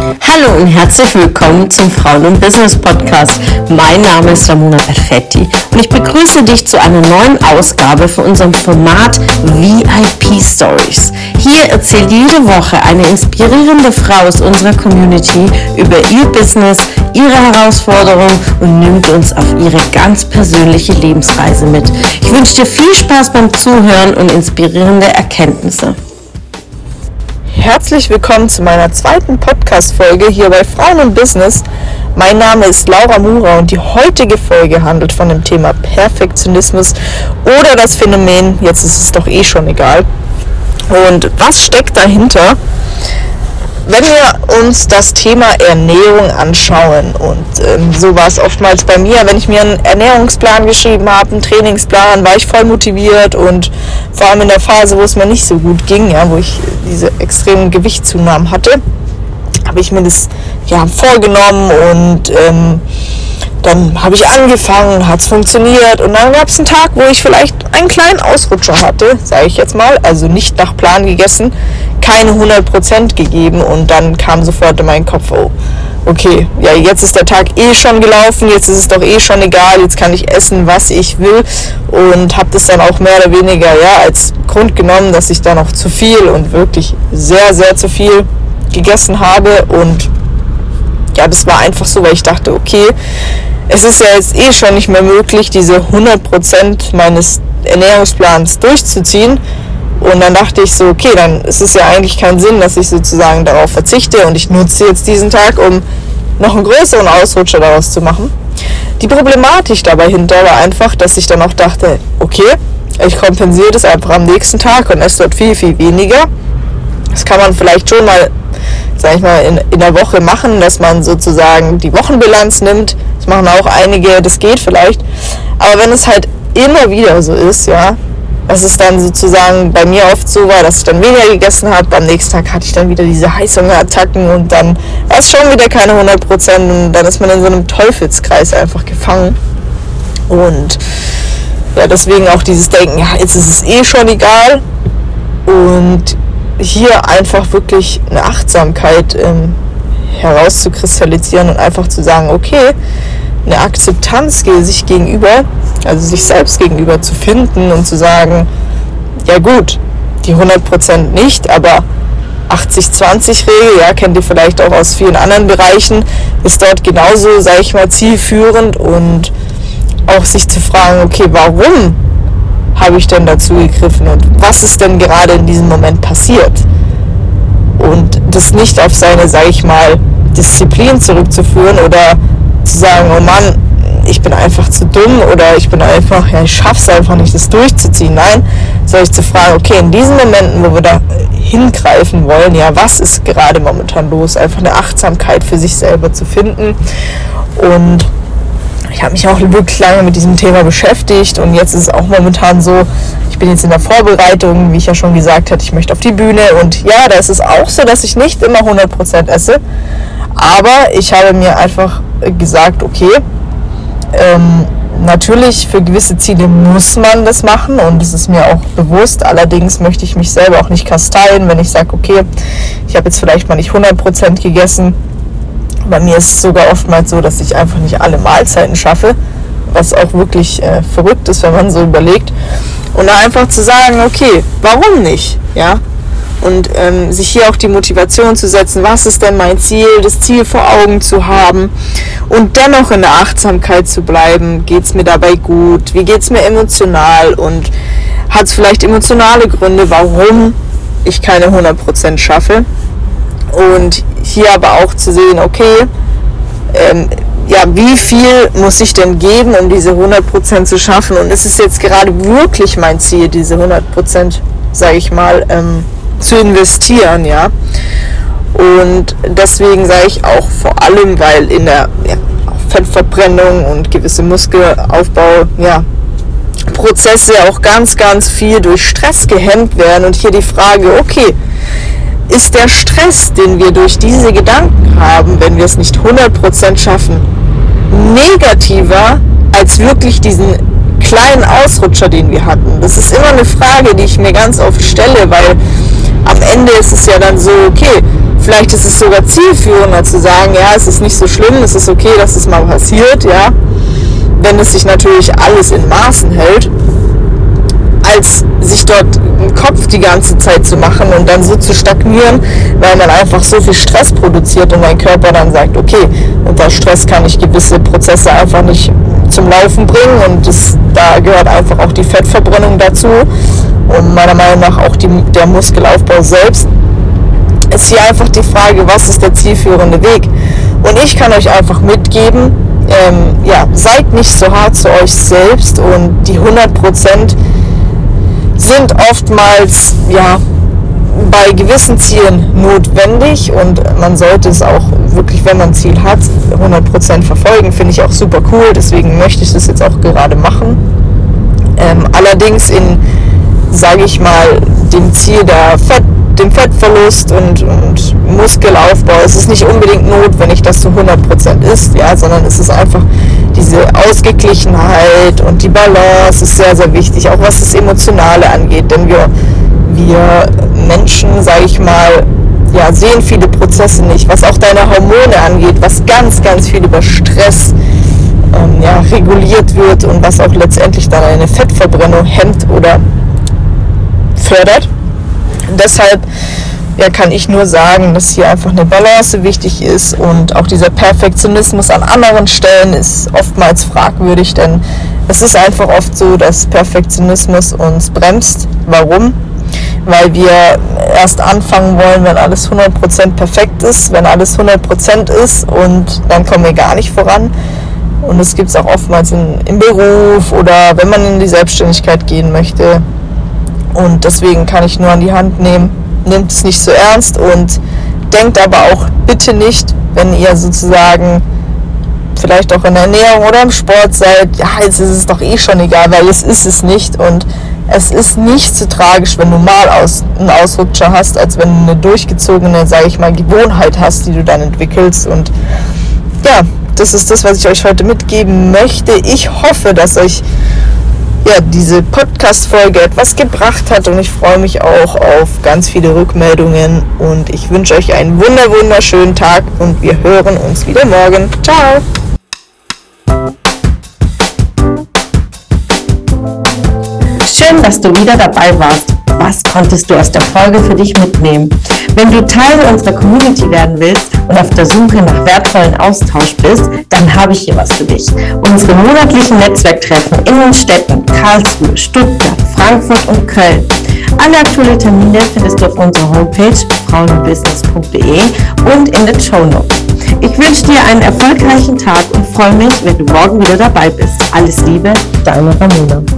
Hallo und herzlich willkommen zum Frauen- und Business Podcast. Mein Name ist Ramona Perfetti und ich begrüße dich zu einer neuen Ausgabe von unserem Format VIP Stories. Hier erzählt jede Woche eine inspirierende Frau aus unserer Community über ihr Business, ihre Herausforderungen und nimmt uns auf ihre ganz persönliche Lebensreise mit. Ich wünsche dir viel Spaß beim Zuhören und inspirierende Erkenntnisse. Herzlich willkommen zu meiner zweiten Podcast-Folge hier bei Frauen und Business. Mein Name ist Laura Mura und die heutige Folge handelt von dem Thema Perfektionismus oder das Phänomen, jetzt ist es doch schon egal. Und was steckt dahinter? Wenn wir uns das Thema Ernährung anschauen, und so war es oftmals bei mir, wenn ich mir einen Ernährungsplan geschrieben habe, einen Trainingsplan, war ich voll motiviert und vor allem in der Phase, wo es mir nicht so gut ging, wo ich diese extremen Gewichtszunahmen hatte, habe ich mir das vorgenommen und dann habe ich angefangen, hat es funktioniert und dann gab es einen Tag, wo ich vielleicht einen kleinen Ausrutscher hatte, sage ich jetzt mal, also nicht nach Plan gegessen, keine 100% gegeben und dann kam sofort in meinen Kopf, oh, okay, jetzt ist der Tag schon gelaufen, jetzt ist es doch schon egal, jetzt kann ich essen, was ich will und habe das dann auch mehr oder weniger als Grund genommen, dass ich da noch zu viel und wirklich sehr, sehr zu viel gegessen habe und das war einfach so, weil ich dachte, okay, es ist ja jetzt schon nicht mehr möglich, diese 100% meines Ernährungsplans durchzuziehen. Und dann dachte ich so, okay, dann ist es ja eigentlich keinen Sinn, dass ich sozusagen darauf verzichte und ich nutze jetzt diesen Tag, um noch einen größeren Ausrutscher daraus zu machen. Die Problematik dabei hinter war einfach, dass ich dann auch dachte, okay, ich kompensiere das einfach am nächsten Tag und esse dort viel, viel weniger. Das kann man vielleicht schon mal, in der Woche machen, dass man sozusagen die Wochenbilanz nimmt. Das machen auch einige, das geht vielleicht. Aber wenn es halt immer wieder so ist, dass es dann sozusagen bei mir oft so war, dass ich dann weniger gegessen habe, am nächsten Tag hatte ich dann wieder diese Heißhungerattacken und dann war es schon wieder keine 100% und dann ist man in so einem Teufelskreis einfach gefangen. Und deswegen auch dieses Denken, jetzt ist es schon egal und hier einfach wirklich eine Achtsamkeit herauszukristallisieren und einfach zu sagen, okay, eine Akzeptanz sich gegenüber, also sich selbst gegenüber zu finden und zu sagen, ja gut, die 100% nicht, aber 80-20-Regel, kennt ihr vielleicht auch aus vielen anderen Bereichen, ist dort genauso, zielführend und auch sich zu fragen, okay, warum habe ich denn dazu gegriffen und was ist denn gerade in diesem Moment passiert? Und das nicht auf seine, Disziplin zurückzuführen oder zu sagen, oh Mann, ich bin einfach zu dumm oder ich schaffe es einfach nicht, das durchzuziehen. Nein, sondern zu fragen, okay, in diesen Momenten, wo wir da hingreifen wollen, was ist gerade momentan los? Einfach eine Achtsamkeit für sich selber zu finden. Und ich habe mich auch wirklich lange mit diesem Thema beschäftigt und jetzt ist es auch momentan so, ich bin jetzt in der Vorbereitung, wie ich ja schon gesagt hatte, ich möchte auf die Bühne und da ist es auch so, dass ich nicht immer 100% esse, aber ich habe mir einfach gesagt, okay, natürlich für gewisse Ziele muss man das machen und das ist mir auch bewusst, allerdings möchte ich mich selber auch nicht kasteien, wenn ich sage, okay, ich habe jetzt vielleicht mal nicht 100% gegessen. Bei mir ist es sogar oftmals so, dass ich einfach nicht alle Mahlzeiten schaffe, was auch wirklich verrückt ist, wenn man so überlegt. Und da einfach zu sagen, okay, warum nicht? Und sich hier auch die Motivation zu setzen, was ist denn mein Ziel, das Ziel vor Augen zu haben und dennoch in der Achtsamkeit zu bleiben. Geht es mir dabei gut? Wie geht es mir emotional? Und hat es vielleicht emotionale Gründe, warum ich keine 100% schaffe? Und hier aber auch zu sehen, okay, wie viel muss ich denn geben, um diese 100% zu schaffen? Und ist es jetzt gerade wirklich mein Ziel, diese 100%, zu investieren, Und deswegen sage ich auch vor allem, weil in der Fettverbrennung und gewisse Muskelaufbau, Prozesse auch ganz, ganz viel durch Stress gehemmt werden. Und hier die Frage, okay, ist der Stress, den wir durch diese Gedanken haben, wenn wir es nicht 100% schaffen, negativer als wirklich diesen kleinen Ausrutscher, den wir hatten? Das ist immer eine Frage, die ich mir ganz oft stelle, weil am Ende ist es ja dann so, okay, vielleicht ist es sogar zielführender zu sagen, ja, es ist nicht so schlimm, es ist okay, dass es mal passiert, ja, wenn es sich natürlich alles in Maßen hält, als sich dort einen Kopf die ganze Zeit zu machen und dann so zu stagnieren, weil man einfach so viel Stress produziert und dein Körper dann sagt, okay, unter Stress kann ich gewisse Prozesse einfach nicht zum Laufen bringen und da gehört einfach auch die Fettverbrennung dazu und meiner Meinung nach auch der Muskelaufbau selbst. Ist hier einfach die Frage, was ist der zielführende Weg? Und ich kann euch einfach mitgeben, seid nicht so hart zu euch selbst und die 100% sind oftmals bei gewissen Zielen notwendig und man sollte es auch wirklich, wenn man ein Ziel hat, 100% verfolgen, finde ich auch super cool, deswegen möchte ich das jetzt auch gerade machen. Allerdings in, sage ich mal, dem Ziel dem Fettverlust und Muskelaufbau, es ist nicht unbedingt notwendig, dass du 100% isst, sondern es ist einfach diese Ausgeglichenheit und die Balance ist sehr, sehr wichtig, auch was das Emotionale angeht, denn wir Menschen, sage ich mal, sehen viele Prozesse nicht, was auch deine Hormone angeht, was ganz, ganz viel über Stress reguliert wird und was auch letztendlich dann eine Fettverbrennung hemmt oder fördert. Und deshalb kann ich nur sagen, dass hier einfach eine Balance wichtig ist und auch dieser Perfektionismus an anderen Stellen ist oftmals fragwürdig, denn es ist einfach oft so, dass Perfektionismus uns bremst. Warum? Weil wir erst anfangen wollen, wenn alles 100% perfekt ist, wenn alles 100% ist und dann kommen wir gar nicht voran. Und das gibt es auch oftmals im Beruf oder wenn man in die Selbstständigkeit gehen möchte. Und deswegen kann ich nur an die Hand nehmen, nehmt es nicht so ernst und denkt aber auch bitte nicht, wenn ihr sozusagen vielleicht auch in der Ernährung oder im Sport seid, jetzt ist es doch schon egal, weil es ist es nicht und es ist nicht so tragisch, wenn du mal einen Ausrutscher hast, als wenn du eine durchgezogene, sage ich mal, Gewohnheit hast, die du dann entwickelst und das ist das, was ich euch heute mitgeben möchte. Ich hoffe, dass euch diese Podcast-Folge etwas gebracht hat und ich freue mich auch auf ganz viele Rückmeldungen und ich wünsche euch einen wunderschönen Tag und wir hören uns wieder morgen. Ciao! Schön, dass du wieder dabei warst. Was konntest du aus der Folge für dich mitnehmen? Wenn du Teil unserer Community werden willst und auf der Suche nach wertvollen Austausch bist, dann habe ich hier was für dich. Unsere monatlichen Netzwerktreffen in den Städten Karlsruhe, Stuttgart, Frankfurt und Köln. Alle aktuellen Termine findest du auf unserer Homepage frauenundbusiness.de und in den Shownotes. Ich wünsche dir einen erfolgreichen Tag und freue mich, wenn du morgen wieder dabei bist. Alles Liebe, deine Ramona.